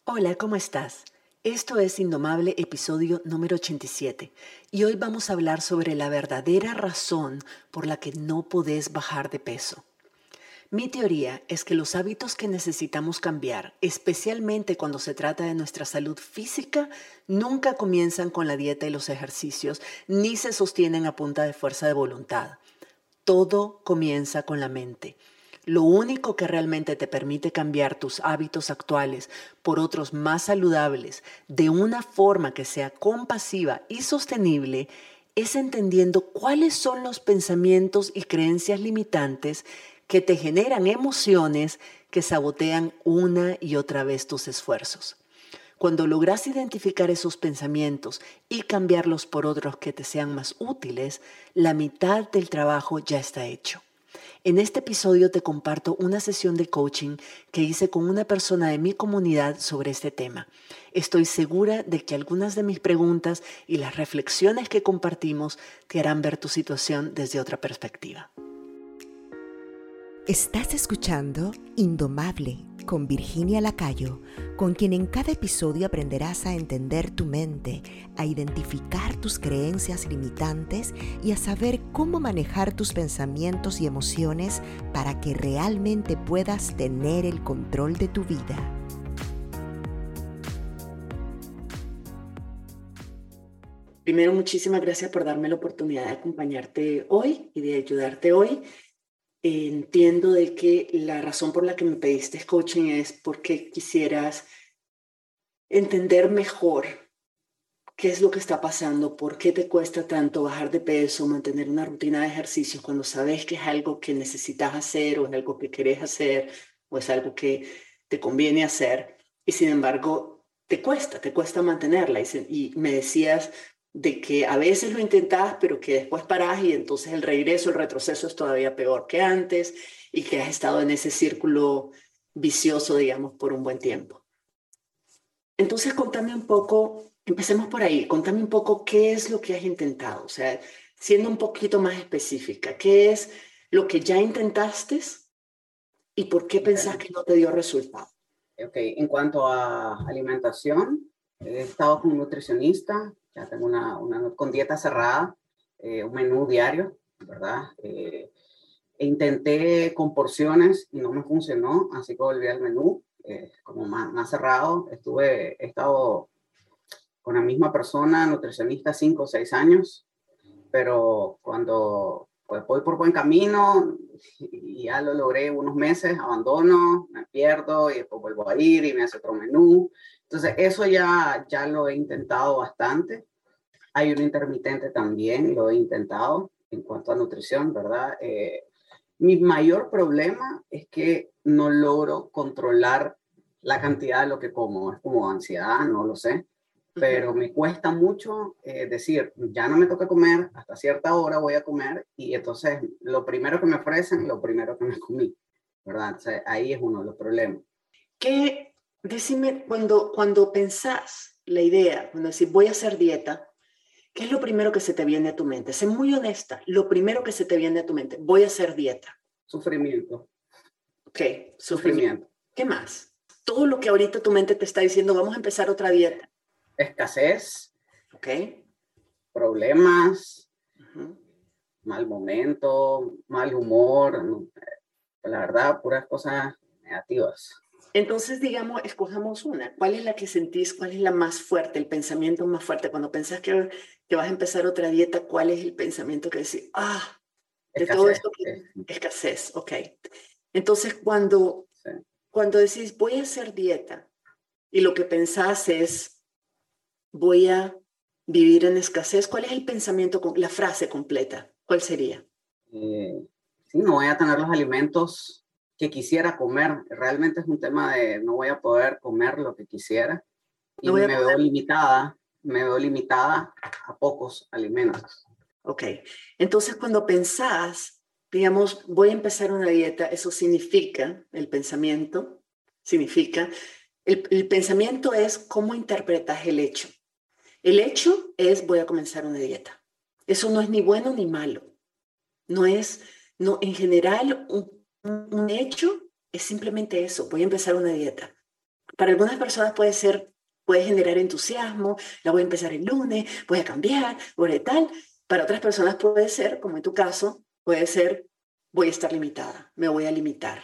Hola, ¿cómo estás? Esto es Indomable, episodio número 87, y hoy vamos a hablar sobre la verdadera razón por la que no podés bajar de peso. Mi teoría es que los hábitos que necesitamos cambiar, especialmente cuando se trata de nuestra salud física, nunca comienzan con la dieta y los ejercicios, ni se sostienen a punta de fuerza de voluntad. Todo comienza con la mente. Lo único que realmente te permite cambiar tus hábitos actuales por otros más saludables de una forma que sea compasiva y sostenible es entendiendo cuáles son los pensamientos y creencias limitantes que te generan emociones que sabotean una y otra vez tus esfuerzos. Cuando logras identificar esos pensamientos y cambiarlos por otros que te sean más útiles, la mitad del trabajo ya está hecho. En este episodio te comparto una sesión de coaching que hice con una persona de mi comunidad sobre este tema. Estoy segura de que algunas de mis preguntas y las reflexiones que compartimos te harán ver tu situación desde otra perspectiva. Estás escuchando Indomable con Virginia Lacayo, con quien en cada episodio aprenderás a entender tu mente, a identificar tus creencias limitantes y a saber cómo manejar tus pensamientos y emociones para que realmente puedas tener el control de tu vida. Primero, muchísimas gracias por darme la oportunidad de acompañarte hoy y de ayudarte hoy. Entiendo de que la razón por la que me pediste coaching es porque quisieras entender mejor qué es lo que está pasando, por qué te cuesta tanto bajar de peso, mantener una rutina de ejercicios cuando sabes que es algo que necesitas hacer o es algo que querés hacer o es algo que te conviene hacer y sin embargo te cuesta mantenerla. Y me decías de que a veces lo intentás pero que después parás y entonces el regreso, el retroceso es todavía peor que antes y que has estado en ese círculo vicioso, digamos, por un buen tiempo. Entonces, contame un poco, empecemos por ahí, contame un poco qué es lo que has intentado, o sea, siendo un poquito más específica, qué es lo que ya intentaste y por qué pensás que no te dio resultado. En cuanto a alimentación, he estado con un nutricionista, ya tengo con dieta cerrada, un menú diario, ¿verdad? Intenté con porciones y no me funcionó, así que volví al menú, como más cerrado. He estado con la misma persona, nutricionista, 5 o 6 años, pero cuando pues, voy por buen camino y ya lo logré unos meses, abandono, me pierdo y después vuelvo a ir y me hace otro menú. Entonces eso ya lo he intentado bastante. Hay un intermitente también, lo he intentado en cuanto a nutrición, ¿verdad? Mi mayor problema es que no logro controlar la cantidad de lo que como. Es como ansiedad, no lo sé. Pero me cuesta mucho decir, ya no me toca comer, hasta cierta hora voy a comer, y entonces lo primero que me ofrecen, lo primero que me comí, ¿verdad? Entonces, ahí es uno de los problemas. Decime, cuando pensás la idea, cuando decís voy a hacer dieta, ¿qué es lo primero que se te viene a tu mente? Sé muy honesta, lo primero que se te viene a tu mente, voy a hacer dieta. Sufrimiento. Ok, sufrimiento. ¿Qué más? Todo lo que ahorita tu mente te está diciendo, vamos a empezar otra dieta. Escasez. Ok. Problemas. Mal momento, mal humor. La verdad, puras cosas negativas. Entonces, digamos, escojamos una. ¿Cuál es la que sentís? ¿Cuál es la más fuerte, el pensamiento más fuerte? Cuando pensás que vas a empezar otra dieta, ¿cuál es el pensamiento que decís, de escasez, todo esto? Escasez, ok. Entonces, cuando decís, voy a hacer dieta, y lo que pensás es, voy a vivir en escasez, ¿cuál es el pensamiento, la frase completa? ¿Cuál sería? Sí, no voy a tener los alimentos que quisiera comer. Realmente es un tema de no voy a poder comer lo que quisiera. Y me veo limitada a pocos alimentos. Ok, entonces cuando pensás, digamos, voy a empezar una dieta, eso significa, el pensamiento significa, el pensamiento es cómo interpretas el hecho. El hecho es voy a comenzar una dieta. Eso no es ni bueno ni malo. En general, un hecho es simplemente eso, voy a empezar una dieta. Para algunas personas puede generar entusiasmo, la voy a empezar el lunes, voy a cambiar, voy a tal. Para otras personas puede ser, como en tu caso, puede ser, voy a estar limitada, me voy a limitar.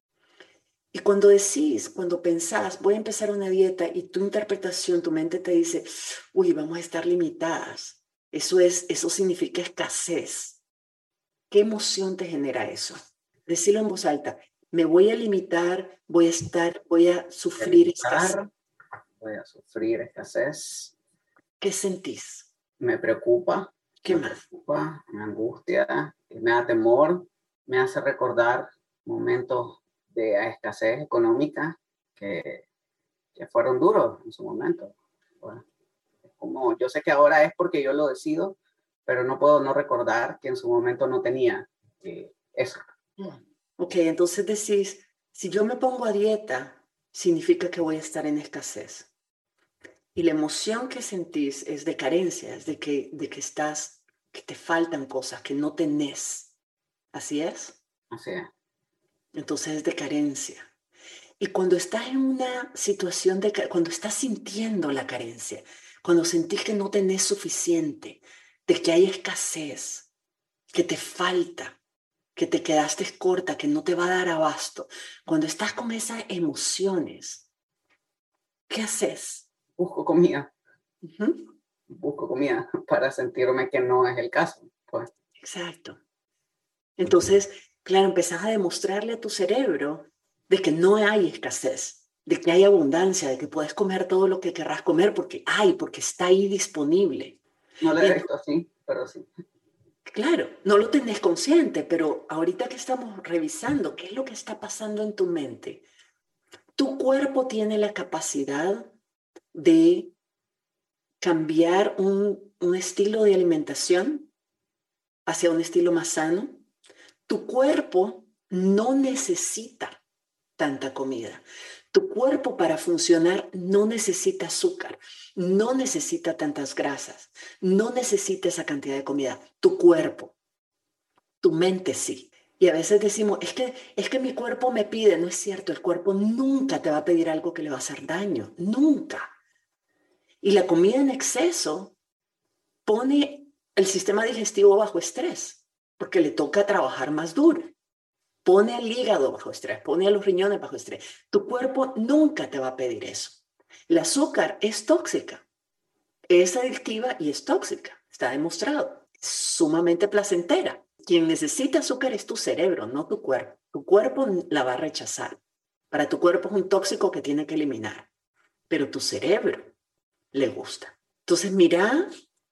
Y cuando decís, cuando pensás, voy a empezar una dieta y tu interpretación, tu mente te dice, uy, vamos a estar limitadas. Eso significa escasez. ¿Qué emoción te genera eso? Decirlo en voz alta. Me voy a limitar, voy a sufrir escasez. Voy a sufrir escasez. ¿Qué sentís? Me preocupa. ¿Qué me más? preocupa, me angustia, me da temor, me hace recordar momentos de escasez económica que fueron duros en su momento. Bueno, como yo sé que ahora es porque yo lo decido, pero no puedo no recordar que en su momento no tenía eso. Ok, entonces decís, si yo me pongo a dieta, significa que voy a estar en escasez. Y la emoción que sentís es de carencia, es de que que te faltan cosas, que no tenés. ¿Así es? Así es. Entonces es de carencia. Y cuando estás en una situación cuando estás sintiendo la carencia, cuando sentís que no tenés suficiente, de que hay escasez, que te falta, que te quedaste corta, que no te va a dar abasto, cuando estás con esas emociones, ¿qué haces? Busco comida. Uh-huh. Busco comida para sentirme que no es el caso. Pues. Exacto. Entonces, claro, empezás a demostrarle a tu cerebro de que no hay escasez, de que hay abundancia, de que puedes comer todo lo que querrás comer porque está ahí disponible. No lo he visto así, pero sí. Claro, no lo tenés consciente, pero ahorita que estamos revisando qué es lo que está pasando en tu mente, tu cuerpo tiene la capacidad de cambiar un estilo de alimentación hacia un estilo más sano. Tu cuerpo no necesita tanta comida. Tu cuerpo para funcionar no necesita azúcar, no necesita tantas grasas, no necesita esa cantidad de comida. Tu cuerpo, tu mente sí. Y a veces decimos, es que mi cuerpo me pide. No es cierto, el cuerpo nunca te va a pedir algo que le va a hacer daño, nunca. Y la comida en exceso pone el sistema digestivo bajo estrés, porque le toca trabajar más duro. Pone al hígado bajo estrés, pone a los riñones bajo estrés. Tu cuerpo nunca te va a pedir eso. El azúcar es tóxica, es adictiva y es tóxica. Está demostrado. Es sumamente placentera. Quien necesita azúcar es tu cerebro, no tu cuerpo. Tu cuerpo la va a rechazar. Para tu cuerpo es un tóxico que tiene que eliminar. Pero tu cerebro le gusta. Entonces mira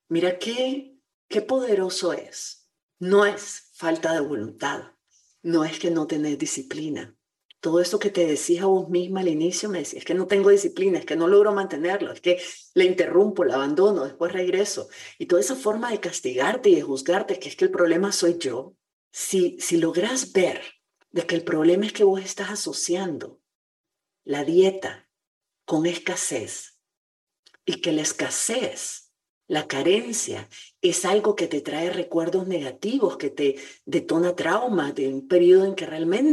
qué poderoso es. No es falta de voluntad. No es que no tenés disciplina. Todo eso que te decías a vos misma al inicio, me decías, es que no tengo disciplina, es que no logro mantenerlo, es que la interrumpo, la abandono, después regreso. Y toda esa forma de castigarte y de juzgarte, que es que el problema soy yo, si logras ver de que el problema es que vos estás asociando la dieta con escasez y que la escasez, la carencia, es algo que te trae recuerdos negativos, que te detona traumas de un periodo en que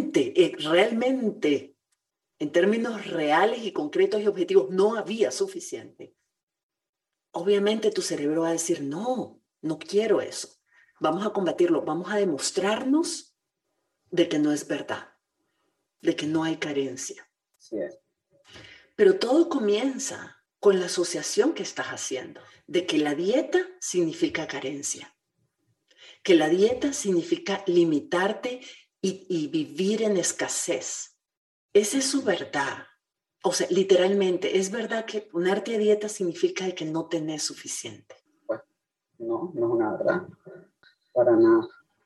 realmente, en términos reales y concretos y objetivos, no había suficiente. Obviamente tu cerebro va a decir, no quiero eso. Vamos a combatirlo, vamos a demostrarnos de que no es verdad, de que no hay carencia. Sí es. Pero todo comienza con la asociación que estás haciendo, de que la dieta significa carencia, que la dieta significa limitarte y vivir en escasez. Esa es su verdad. O sea, literalmente, es verdad que ponerte a dieta significa que no tenés suficiente. Pues, no es una verdad. Para nada.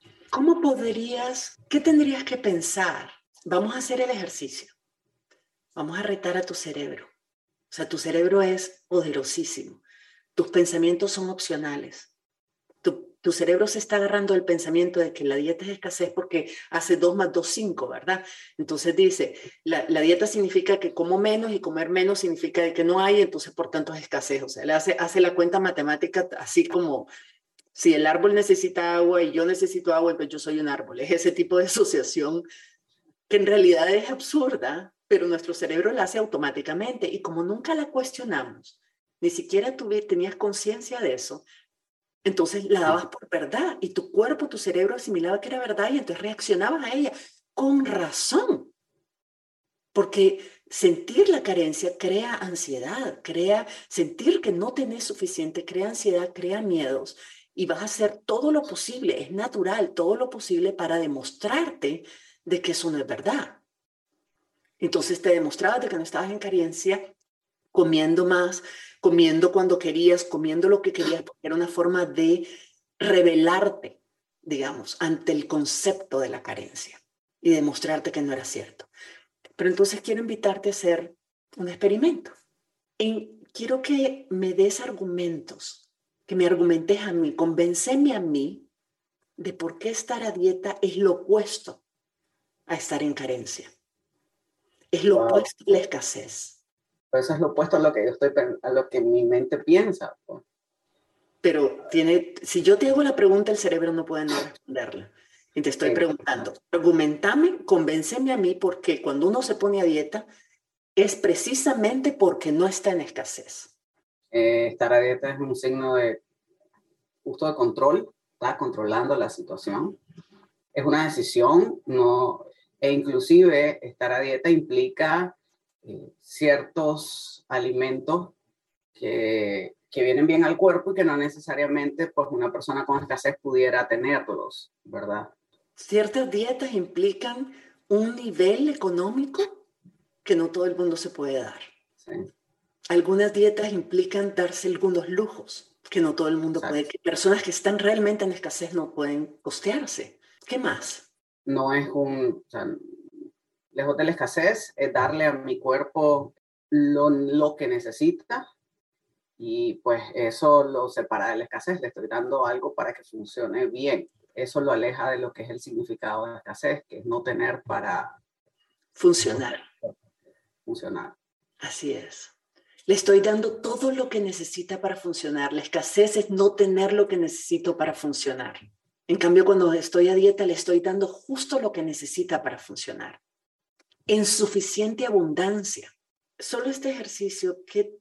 qué tendrías que pensar? Vamos a hacer el ejercicio. Vamos a retar a tu cerebro. O sea, tu cerebro es poderosísimo. Tus pensamientos son opcionales. Tu cerebro se está agarrando el pensamiento de que la dieta es escasez porque hace 2 más 2, 5, ¿verdad? Entonces dice, la dieta significa que como menos y comer menos significa que no hay, entonces por tanto es escasez. O sea, le hace la cuenta matemática así como si el árbol necesita agua y yo necesito agua, pues yo soy un árbol. Es ese tipo de asociación que en realidad es absurda, pero nuestro cerebro la hace automáticamente y como nunca la cuestionamos, ni siquiera tenías conciencia de eso, entonces la dabas por verdad y tu cuerpo, tu cerebro asimilaba que era verdad y entonces reaccionabas a ella con razón. Porque sentir la carencia crea ansiedad, sentir que no tenés suficiente, crea ansiedad, crea miedos y vas a hacer todo lo posible, es natural, todo lo posible para demostrarte de que eso no es verdad. Entonces te demostrabas de que no estabas en carencia, comiendo más, comiendo cuando querías, comiendo lo que querías, porque era una forma de rebelarte, digamos, ante el concepto de la carencia y demostrarte que no era cierto. Pero entonces quiero invitarte a hacer un experimento. Quiero que me des argumentos, que me argumentes a mí, convénceme a mí de por qué estar a dieta es lo opuesto a estar en carencia. Es lo opuesto a la escasez. Pues eso es lo opuesto a lo que a lo que mi mente piensa. Pues. Pero si yo te hago la pregunta, el cerebro no puede no responderla. Y te estoy preguntando, argumentame, convénceme a mí porque cuando uno se pone a dieta es precisamente porque no está en escasez. Estar a dieta es un signo de justo de control, está controlando la situación. Es una decisión, no, e inclusive estar a dieta implica ciertos alimentos que vienen bien al cuerpo y que no necesariamente pues, una persona con escasez pudiera tenerlos, ¿verdad? Ciertas dietas implican un nivel económico que no todo el mundo se puede dar. Sí. Algunas dietas implican darse algunos lujos que no todo el mundo puede, que personas que están realmente en escasez no pueden costearse. ¿Qué más? No es o sea, lejos de la escasez, es darle a mi cuerpo lo que necesita y pues eso lo separa de la escasez, le estoy dando algo para que funcione bien. Eso lo aleja de lo que es el significado de la escasez, que es no tener para funcionar. Así es. Le estoy dando todo lo que necesita para funcionar. La escasez es no tener lo que necesito para funcionar. En cambio, cuando estoy a dieta, le estoy dando justo lo que necesita para funcionar. En suficiente abundancia. Solo este ejercicio, ¿qué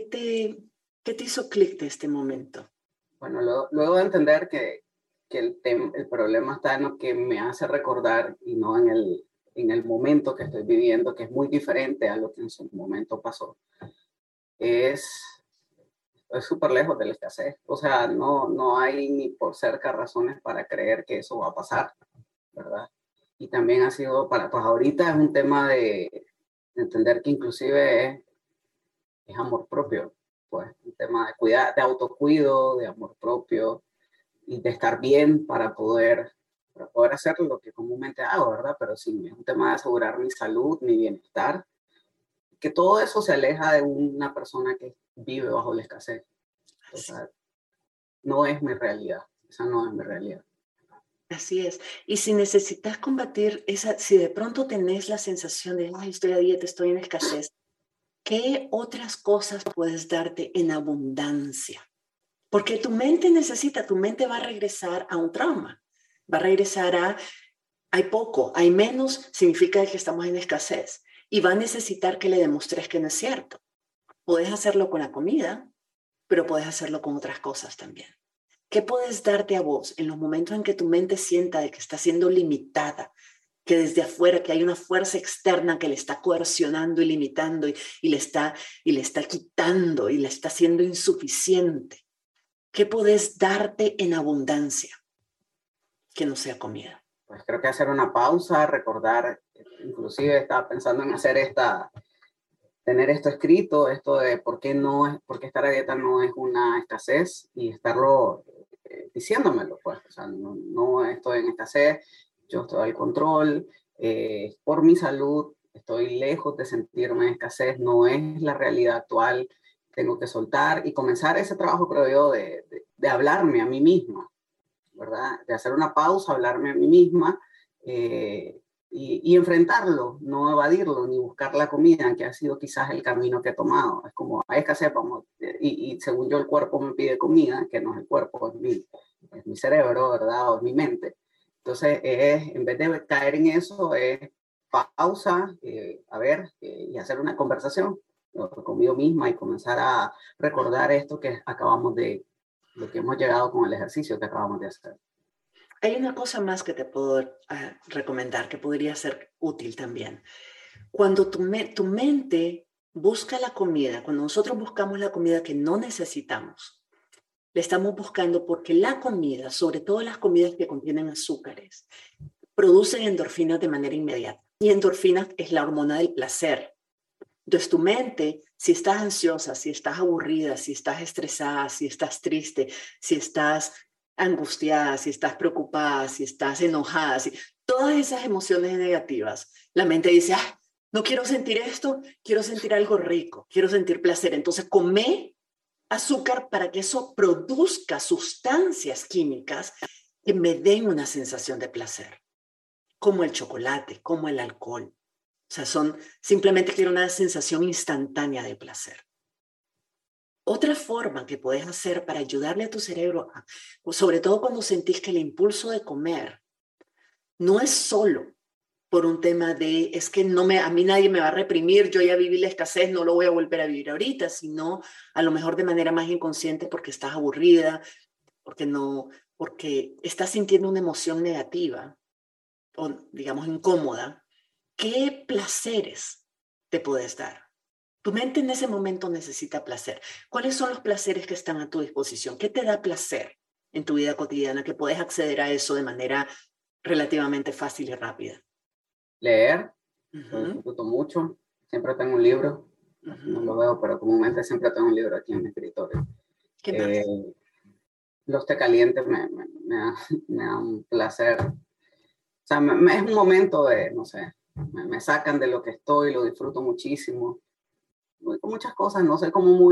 te hizo clic de este momento? Bueno, luego de entender que el problema está en lo que me hace recordar y no en el momento que estoy viviendo, que es muy diferente a lo que en su momento pasó, es súper lejos de la escasez. O sea, no hay ni por cerca razones para creer que eso va a pasar, ¿verdad? Y también ha sido, pues ahorita es un tema de entender que inclusive es amor propio, pues un tema de cuidar, de autocuido, de amor propio y de estar bien para poder hacer lo que comúnmente hago, ¿verdad? Pero sí, es un tema de asegurar mi salud, mi bienestar, que todo eso se aleja de una persona que vive bajo la escasez. O sea, no es mi realidad, esa no es mi realidad. Así es. Y si necesitas combatir si de pronto tenés la sensación de, ay, estoy a dieta, estoy en escasez, ¿qué otras cosas puedes darte en abundancia? Porque tu mente va a regresar a un trauma, va a regresar hay poco, hay menos, significa que estamos en escasez y va a necesitar que le demuestres que no es cierto. Puedes hacerlo con la comida, pero puedes hacerlo con otras cosas también. ¿Qué puedes darte a vos en los momentos en que tu mente sienta de que está siendo limitada, que desde afuera, que hay una fuerza externa que le está coercionando y limitando y le está quitando y le está haciendo insuficiente? ¿Qué puedes darte en abundancia que no sea comida? Pues creo que hacer una pausa, recordar, inclusive estaba pensando en tener esto escrito, esto de por qué estar a dieta no es una escasez y estarlo diciéndomelo, pues, o sea, no estoy en escasez, yo estoy al control, por mi salud, estoy lejos de sentirme en escasez, no es la realidad actual, tengo que soltar y comenzar ese trabajo, creo yo, de hablarme a mí misma, ¿verdad? De hacer una pausa, hablarme a mí misma, y enfrentarlo, no evadirlo, ni buscar la comida, que ha sido quizás el camino que he tomado. Es como, hay escasez, vamos, y según yo el cuerpo me pide comida, que no es el cuerpo, es mi cerebro, ¿verdad? O es mi mente. Entonces, en vez de caer en eso, es pausa, a ver, y hacer una conversación conmigo misma y comenzar a recordar esto que acabamos de, lo que hemos llegado con el ejercicio que acabamos de hacer. Hay una cosa más que te puedo recomendar que podría ser útil también. Cuando tu mente busca la comida, cuando nosotros buscamos la comida que no necesitamos, le estamos buscando porque la comida, sobre todo las comidas que contienen azúcares, producen endorfinas de manera inmediata. Y endorfinas es la hormona del placer. Entonces tu mente, si estás ansiosa, si estás aburrida, si estás estresada, si estás triste, si estás angustiada, si estás preocupada, si estás enojada, todas esas emociones negativas, la mente dice, no quiero sentir esto, quiero sentir algo rico, quiero sentir placer. Entonces come azúcar para que eso produzca sustancias químicas que me den una sensación de placer, como el chocolate, como el alcohol. O sea, simplemente quiero una sensación instantánea de placer. Otra forma que puedes hacer para ayudarle a tu cerebro, sobre todo cuando sentís que el impulso de comer no es solo por un tema de, es que a mí nadie me va a reprimir, yo ya viví la escasez, no lo voy a volver a vivir ahorita, sino a lo mejor de manera más inconsciente porque estás aburrida, porque estás sintiendo una emoción negativa o digamos incómoda. ¿Qué placeres te puedes dar? Tu mente en ese momento necesita placer. ¿Cuáles son los placeres que están a tu disposición? ¿Qué te da placer en tu vida cotidiana que puedes acceder a eso de manera relativamente fácil y rápida? Leer, lo disfruto mucho. Siempre tengo un libro. No lo veo, pero comúnmente siempre tengo un libro aquí en mi escritorio. ¿Qué más? Los té calientes me dan un placer. O sea, es un momento de, no sé, me sacan de lo que estoy, lo disfruto muchísimo. Con muchas cosas, no sé, como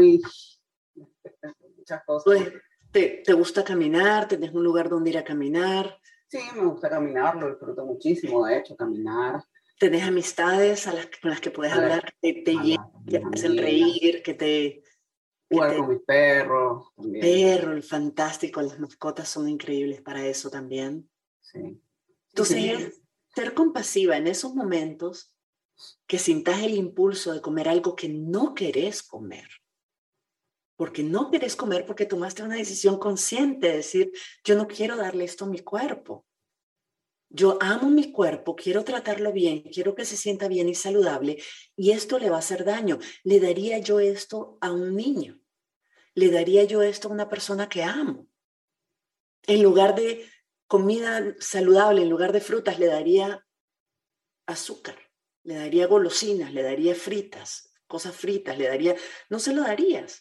muchas cosas. Pues, ¿te gusta caminar? ¿Tenés un lugar donde ir a caminar? Sí, me gusta caminar, lo disfruto muchísimo, de hecho, caminar. ¿Tenés amistades con las que puedes hablar, que te llenan, que te hacen reír, jugar con mis perros también. Perro, fantástico, las mascotas son increíbles para eso también. Sí. Entonces, sí. es ser compasiva en esos momentos que sintas el impulso de comer algo que no querés comer. Porque no querés comer porque tomaste una decisión consciente de decir, yo no quiero darle esto a mi cuerpo. Yo amo mi cuerpo, quiero tratarlo bien, quiero que se sienta bien y saludable, y esto le va a hacer daño. ¿Le daría yo esto a un niño? ¿Le daría yo esto a una persona que amo? En lugar de comida saludable, en lugar de frutas, le daría azúcar, le daría golosinas, le daría fritas, cosas fritas, no se lo darías.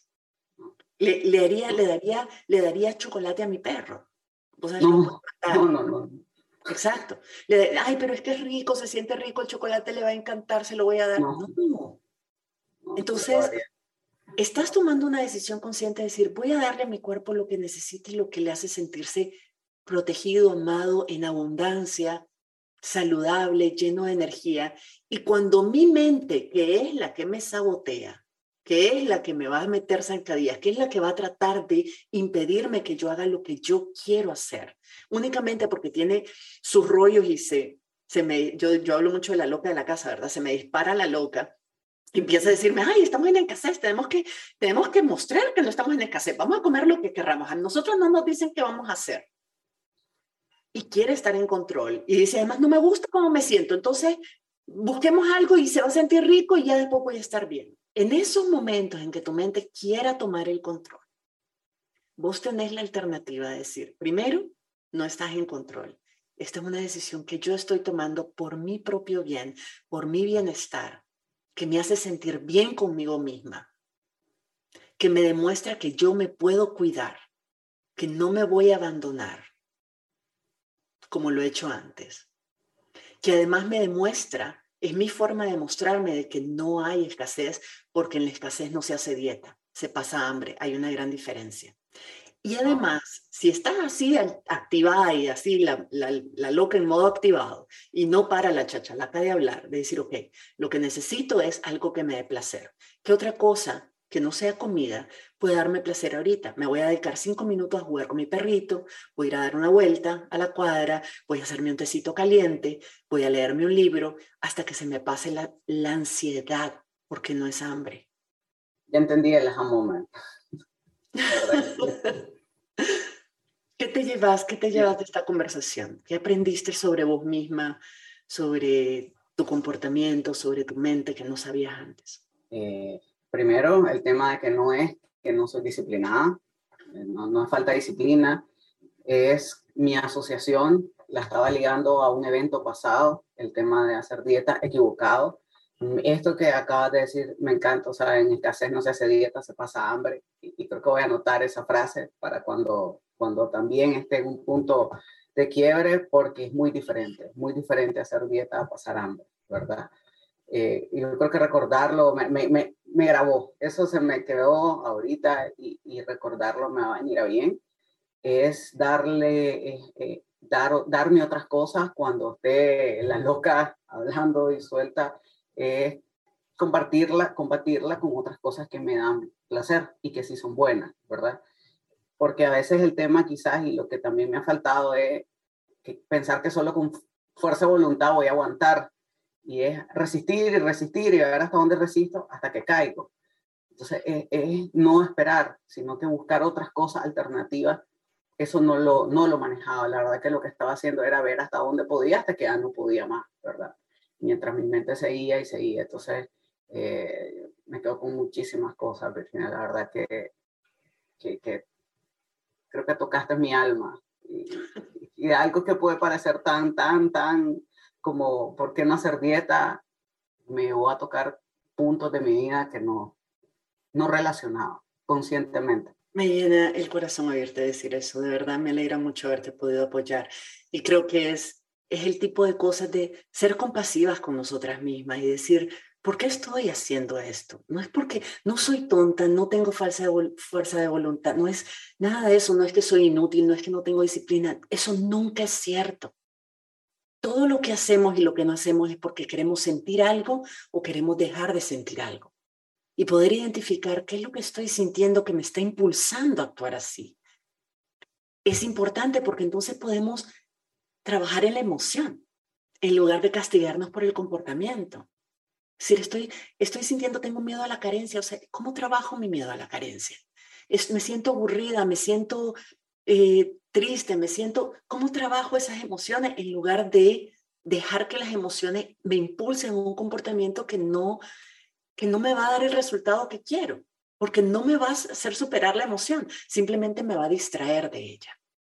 Le daría chocolate a mi perro. ¿Vos sabés lo que puede matar? No. Exacto. Ay, pero es que es rico, se siente rico, el chocolate le va a encantar, se lo voy a dar. No. Entonces, estás tomando una decisión consciente de decir, voy a darle a mi cuerpo lo que necesita y lo que le hace sentirse protegido, amado, en abundancia, saludable, lleno de energía. Y cuando mi mente, que es la que me sabotea, que es la que me va a meter zancadillas, que es la que va a tratar de impedirme que yo haga lo que yo quiero hacer, únicamente porque tiene sus rollos y yo hablo mucho de la loca de la casa, ¿verdad? Se me dispara la loca y empieza a decirme, ay, estamos en escasez, tenemos que mostrar que no estamos en escasez, vamos a comer lo que querramos, a nosotros no nos dicen qué vamos a hacer. Y quiere estar en control. Y dice, además, no me gusta cómo me siento, entonces busquemos algo y se va a sentir rico y ya después voy a estar bien. En esos momentos en que tu mente quiera tomar el control, vos tenés la alternativa de decir, primero, no estás en control. Esta es una decisión que yo estoy tomando por mi propio bien, por mi bienestar, que me hace sentir bien conmigo misma, que me demuestra que yo me puedo cuidar, que no me voy a abandonar, como lo he hecho antes, que además me demuestra, es mi forma de mostrarme de que no hay escasez, porque en la escasez no se hace dieta, se pasa hambre, hay una gran diferencia. Y además, si estás así activada y así la loca en modo activado y no para la chachalaca de hablar, de decir, ok, lo que necesito es algo que me dé placer. ¿Qué otra cosa que no sea comida puede darme placer ahorita. Me voy a dedicar 5 minutos a jugar con mi perrito, voy a ir a dar una vuelta a la cuadra, voy a hacerme un tecito caliente, voy a leerme un libro hasta que se me pase la ansiedad, porque no es hambre. Ya entendí el aha moment. ¿Verdad que sí? ¿Qué te llevas de esta conversación? ¿Qué aprendiste sobre vos misma, sobre tu comportamiento, sobre tu mente que no sabías antes? Primero, el tema de que no soy disciplinada, no es falta de disciplina, es mi asociación, la estaba ligando a un evento pasado, el tema de hacer dieta equivocado. Esto que acabas de decir me encanta, o sea, en escasez no se hace dieta, se pasa hambre, y creo que voy a anotar esa frase para cuando también esté en un punto de quiebre, porque es muy diferente hacer dieta a pasar hambre, ¿verdad? Y yo creo que recordarlo me grabó, eso se me quedó ahorita y recordarlo me va a venir a bien, es darme otras cosas cuando esté la loca hablando y suelta, es compartirla con otras cosas que me dan placer y que sí son buenas, ¿verdad? Porque a veces el tema quizás y lo que también me ha faltado es pensar que solo con fuerza de voluntad voy a aguantar y es resistir y resistir y ver hasta dónde resisto hasta que caigo. Entonces es no esperar, sino que buscar otras cosas alternativas. Eso no lo manejaba. La verdad que lo que estaba haciendo era ver hasta dónde podía, hasta que ya no podía más, ¿verdad? Mientras mi mente seguía y seguía. Entonces, me quedo con muchísimas cosas, Virginia. La verdad que creo que tocaste mi alma. Y algo que puede parecer tan como, ¿por qué no hacer dieta? Me llevó a tocar puntos de mi vida que no relacionaba conscientemente. Me llena el corazón oírte decir eso, de verdad me alegra mucho haberte podido apoyar y creo que es el tipo de cosas de ser compasivas con nosotras mismas y decir, ¿por qué estoy haciendo esto? No es porque no soy tonta, no tengo fuerza de voluntad, no es nada de eso, no es que soy inútil, no es que no tengo disciplina, eso nunca es cierto. Todo lo que hacemos y lo que no hacemos es porque queremos sentir algo o queremos dejar de sentir algo. Y poder identificar qué es lo que estoy sintiendo que me está impulsando a actuar así. Es importante porque entonces podemos trabajar en la emoción en lugar de castigarnos por el comportamiento. Si estoy sintiendo, tengo miedo a la carencia, o sea, ¿cómo trabajo mi miedo a la carencia? Me siento aburrida, me siento triste, ¿cómo trabajo esas emociones en lugar de dejar que las emociones me impulsen a un comportamiento que no me va a dar el resultado que quiero, porque no me va a hacer superar la emoción, simplemente me va a distraer de ella.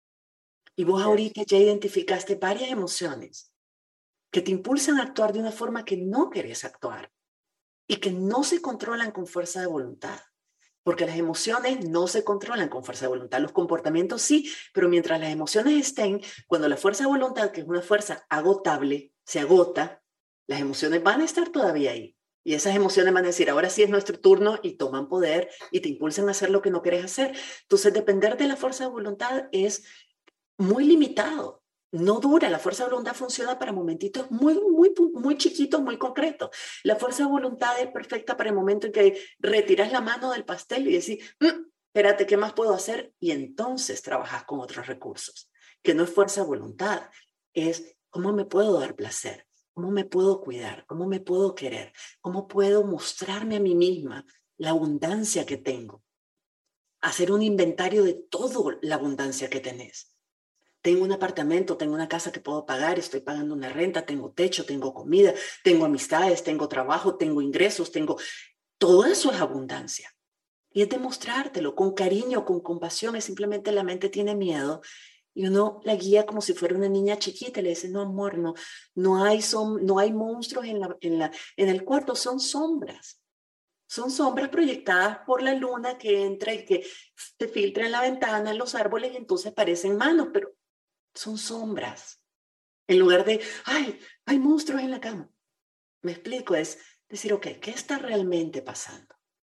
Y vos ahorita ya identificaste varias emociones que te impulsan a actuar de una forma que no querés actuar y que no se controlan con fuerza de voluntad, porque las emociones no se controlan con fuerza de voluntad, los comportamientos sí, pero mientras las emociones estén, cuando la fuerza de voluntad, que es una fuerza agotable, se agota, las emociones van a estar todavía ahí. Y esas emociones van a decir, ahora sí es nuestro turno y toman poder y te impulsan a hacer lo que no querés hacer. Entonces, depender de la fuerza de voluntad es muy limitado. No dura, la fuerza de voluntad funciona para momentitos muy chiquitos, muy concretos. La fuerza de voluntad es perfecta para el momento en que retiras la mano del pastel y decís, espérate, ¿qué más puedo hacer? Y entonces trabajas con otros recursos, que no es fuerza de voluntad, es cómo me puedo dar placer, cómo me puedo cuidar, cómo me puedo querer, cómo puedo mostrarme a mí misma la abundancia que tengo. Hacer un inventario de toda la abundancia que tenés. Tengo un apartamento, tengo una casa que puedo pagar, estoy pagando una renta, tengo techo, tengo comida, tengo amistades, tengo trabajo, tengo ingresos, todo eso es abundancia. Y es demostrártelo con cariño, con compasión, es simplemente la mente tiene miedo y uno la guía como si fuera una niña chiquita y le dice, no amor, no hay monstruos en el cuarto, son sombras. Son sombras proyectadas por la luna que entra y que se filtra en la ventana, en los árboles y entonces parecen manos, pero son sombras. En lugar de, ay, hay monstruos en la cama. Me explico, es decir, ok, ¿qué está realmente pasando?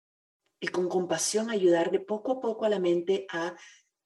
Y con compasión ayudar de poco a poco a la mente a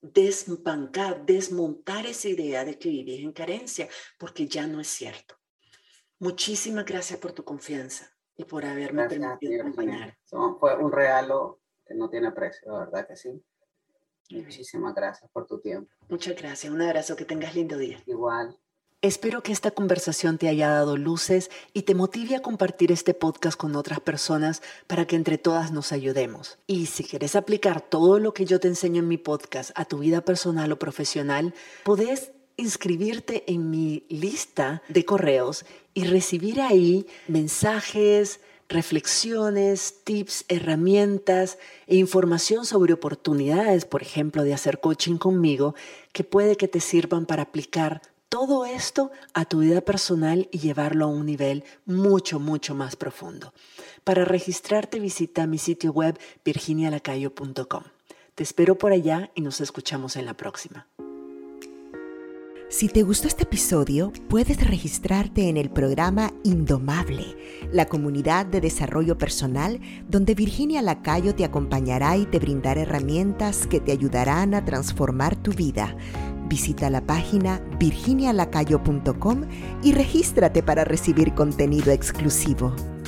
desmontar esa idea de que vivís en carencia, porque ya no es cierto. Muchísimas gracias por tu confianza. y por haberme permitido acompañar. Fue un regalo que no tiene precio, la verdad que sí. Muchísimas gracias por tu tiempo. Muchas gracias. Un abrazo. Que tengas lindo día. Igual. Espero que esta conversación te haya dado luces y te motive a compartir este podcast con otras personas para que entre todas nos ayudemos. Y si quieres aplicar todo lo que yo te enseño en mi podcast a tu vida personal o profesional, podés inscribirte en mi lista de correos y recibir ahí mensajes, reflexiones, tips, herramientas e información sobre oportunidades, por ejemplo, de hacer coaching conmigo, que puede que te sirvan para aplicar todo esto a tu vida personal y llevarlo a un nivel mucho, mucho más profundo. Para registrarte, visita mi sitio web virginialacayo.com. Te espero por allá y nos escuchamos en la próxima. Si te gustó este episodio, puedes registrarte en el programa Indomable, la comunidad de desarrollo personal donde Virginia Lacayo te acompañará y te brindará herramientas que te ayudarán a transformar tu vida. Visita la página virginialacayo.com y regístrate para recibir contenido exclusivo.